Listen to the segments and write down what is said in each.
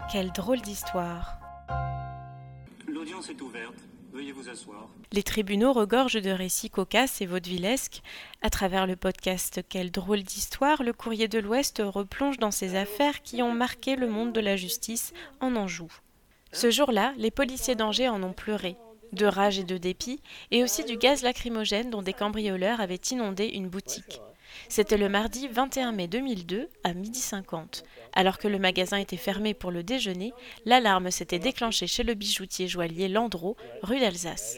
Quelle drôle d'histoire. L'audience est ouverte. Veuillez vous asseoir. Les tribunaux regorgent de récits cocasses et vaudevillesques. À travers le podcast Quelle drôle d'histoire, le Courrier de l'Ouest replonge dans ces affaires qui ont marqué le monde de la justice en Anjou. Ce jour-là, les policiers d'Angers en ont pleuré, de rage et de dépit, et aussi du gaz lacrymogène dont des cambrioleurs avaient inondé une boutique. C'était le mardi 21 mai 2002 à 12h50. Alors que le magasin était fermé pour le déjeuner, l'alarme s'était déclenchée chez le bijoutier joaillier Landreau, rue d'Alsace.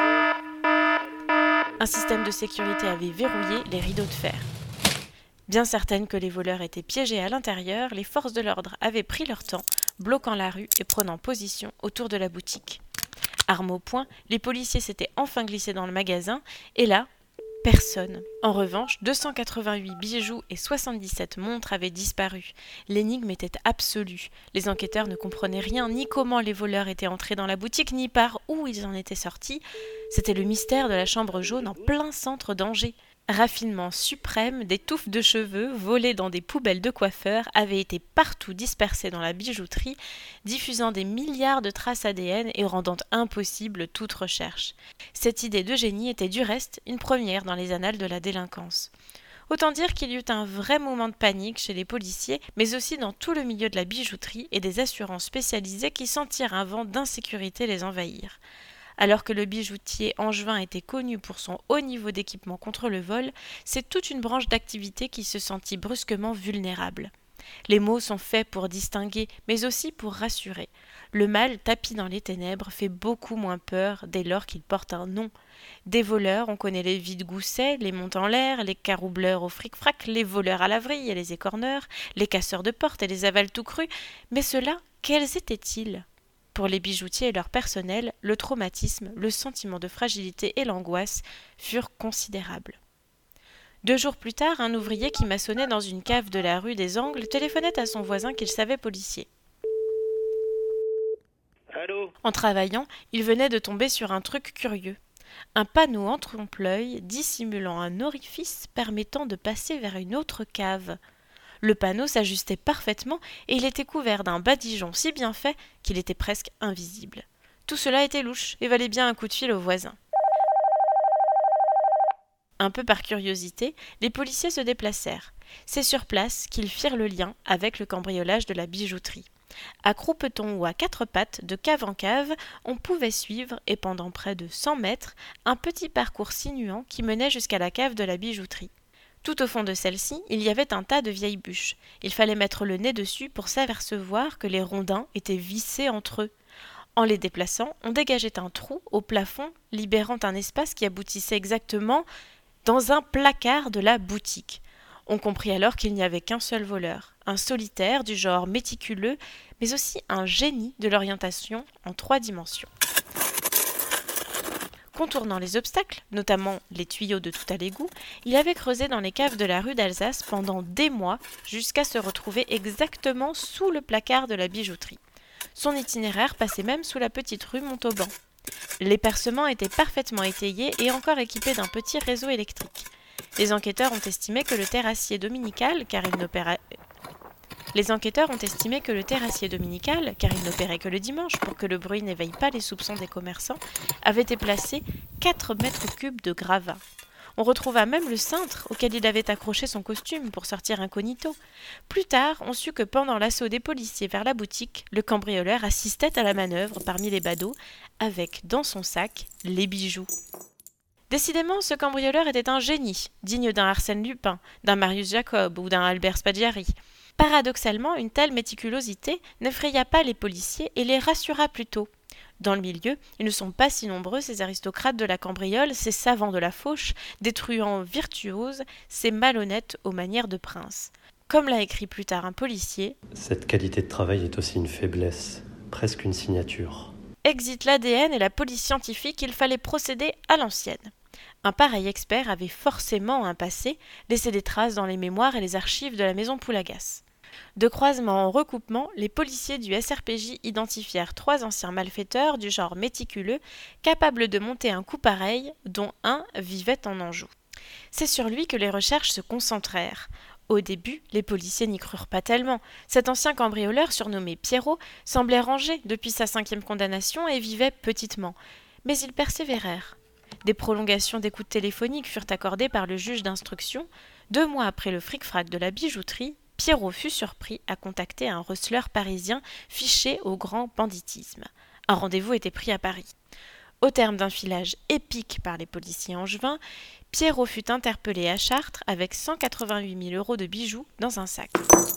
Un système de sécurité avait verrouillé les rideaux de fer. Bien certaines que les voleurs étaient piégés à l'intérieur, les forces de l'ordre avaient pris leur temps, bloquant la rue et prenant position autour de la boutique. Armes au poing, les policiers s'étaient enfin glissés dans le magasin, et là, personne. En revanche, 288 bijoux et 77 montres avaient disparu. L'énigme était absolue. Les enquêteurs ne comprenaient rien, ni comment les voleurs étaient entrés dans la boutique, ni par où ils en étaient sortis. C'était le mystère de la chambre jaune en plein centre d'Angers. Raffinement suprême, des touffes de cheveux volées dans des poubelles de coiffeurs avaient été partout dispersées dans la bijouterie, diffusant des milliards de traces ADN et rendant impossible toute recherche. Cette idée de génie était du reste une première dans les annales de la délinquance. Autant dire qu'il y eut un vrai moment de panique chez les policiers, mais aussi dans tout le milieu de la bijouterie et des assurances spécialisées qui sentirent un vent d'insécurité les envahir. Alors que le bijoutier angevin était connu pour son haut niveau d'équipement contre le vol, c'est toute une branche d'activité qui se sentit brusquement vulnérable. Les mots sont faits pour distinguer, mais aussi pour rassurer. Le mal tapi dans les ténèbres fait beaucoup moins peur dès lors qu'il porte un nom. Des voleurs, on connaît les vide-goussets, les monte en l'air, les caroubleurs au fric-frac, les voleurs à la vrille et les écorneurs, les casseurs de portes et les avales tout crus. Mais ceux-là, quels étaient-ils ? Pour les bijoutiers et leur personnel, le traumatisme, le sentiment de fragilité et l'angoisse furent considérables. 2 jours plus tard, un ouvrier qui maçonnait dans une cave de la rue des Angles téléphonait à son voisin qu'il savait policier. Allô ? En travaillant, il venait de tomber sur un truc curieux. Un panneau en trompe-l'œil dissimulant un orifice permettant de passer vers une autre cave. Le panneau s'ajustait parfaitement et il était couvert d'un badigeon si bien fait qu'il était presque invisible. Tout cela était louche et valait bien un coup de fil au voisin. Un peu par curiosité, les policiers se déplacèrent. C'est sur place qu'ils firent le lien avec le cambriolage de la bijouterie. À croupeton ou à 4 pattes, de cave en cave, on pouvait suivre, et pendant près de 100 mètres, un petit parcours sinuant qui menait jusqu'à la cave de la bijouterie. Tout au fond de celle-ci, il y avait un tas de vieilles bûches. Il fallait mettre le nez dessus pour s'apercevoir que les rondins étaient vissés entre eux. En les déplaçant, on dégageait un trou au plafond, libérant un espace qui aboutissait exactement dans un placard de la boutique. On comprit alors qu'il n'y avait qu'un seul voleur, un solitaire du genre méticuleux, mais aussi un génie de l'orientation en 3 dimensions. Contournant les obstacles, notamment les tuyaux de tout à l'égout, il avait creusé dans les caves de la rue d'Alsace pendant des mois jusqu'à se retrouver exactement sous le placard de la bijouterie. Son itinéraire passait même sous la petite rue Montauban. Les percements étaient parfaitement étayés et encore équipés d'un petit réseau électrique. Les enquêteurs ont estimé que le terrassier dominical, car il n'opérait que le dimanche pour que le bruit n'éveille pas les soupçons des commerçants, avait déplacé 4 mètres cubes de gravats. On retrouva même le cintre auquel il avait accroché son costume pour sortir incognito. Plus tard, on sut que pendant l'assaut des policiers vers la boutique, le cambrioleur assistait à la manœuvre parmi les badauds, avec dans son sac les bijoux. Décidément, ce cambrioleur était un génie, digne d'un Arsène Lupin, d'un Marius Jacob ou d'un Albert Spaggiari. Paradoxalement, une telle méticulosité n'effraya pas les policiers et les rassura plutôt. Dans le milieu, ils ne sont pas si nombreux ces aristocrates de la cambriole, ces savants de la fauche, des truands virtuoses, ces malhonnêtes aux manières de princes. Comme l'a écrit plus tard un policier, « Cette qualité de travail est aussi une faiblesse, presque une signature. » Exit l'ADN et la police scientifique, il fallait procéder à l'ancienne. Un pareil expert avait forcément un passé, laissé des traces dans les mémoires et les archives de la maison Poulagas. De croisement en recoupement, les policiers du SRPJ identifièrent 3 anciens malfaiteurs du genre méticuleux, capables de monter un coup pareil, dont un vivait en Anjou. C'est sur lui que les recherches se concentrèrent. Au début, les policiers n'y crurent pas tellement. Cet ancien cambrioleur, surnommé Pierrot, semblait rangé depuis sa 5e condamnation et vivait petitement. Mais ils persévérèrent. Des prolongations d'écoute téléphonique furent accordées par le juge d'instruction. 2 mois après le fric-frac de la bijouterie, Pierrot fut surpris à contacter un receleur parisien fiché au grand banditisme. Un rendez-vous était pris à Paris. Au terme d'un filage épique par les policiers angevins, Pierrot fut interpellé à Chartres avec 188 000 € de bijoux dans un sac.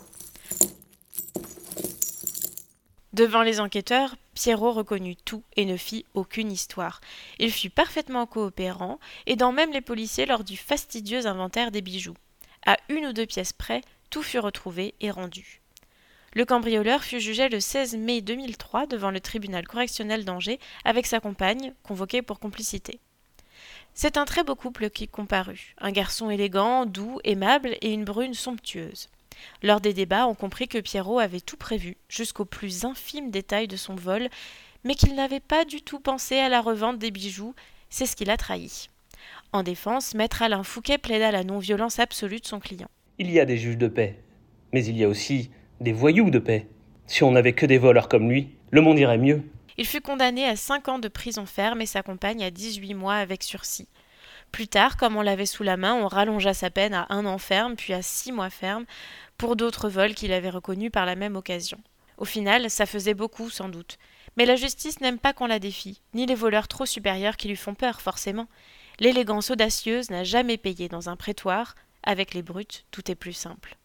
Devant les enquêteurs, Pierrot reconnut tout et ne fit aucune histoire. Il fut parfaitement coopérant, aidant même les policiers lors du fastidieux inventaire des bijoux. À 1 ou 2 pièces près, tout fut retrouvé et rendu. Le cambrioleur fut jugé le 16 mai 2003 devant le tribunal correctionnel d'Angers avec sa compagne, convoquée pour complicité. C'est un très beau couple qui comparut, un garçon élégant, doux, aimable et une brune somptueuse. Lors des débats, on comprit que Pierrot avait tout prévu, jusqu'aux plus infimes détails de son vol, mais qu'il n'avait pas du tout pensé à la revente des bijoux, c'est ce qui l'a trahi. En défense, maître Alain Fouquet plaida la non-violence absolue de son client. Il y a des juges de paix, mais il y a aussi des voyous de paix. Si on n'avait que des voleurs comme lui, le monde irait mieux. Il fut condamné à 5 ans de prison ferme et sa compagne à 18 mois avec sursis. Plus tard, comme on l'avait sous la main, on rallongea sa peine à 1 an ferme, puis à 6 mois ferme, pour d'autres vols qu'il avait reconnus par la même occasion. Au final, ça faisait beaucoup, sans doute. Mais la justice n'aime pas qu'on la défie, ni les voleurs trop supérieurs qui lui font peur, forcément. L'élégance audacieuse n'a jamais payé dans un prétoire. Avec les brutes, tout est plus simple.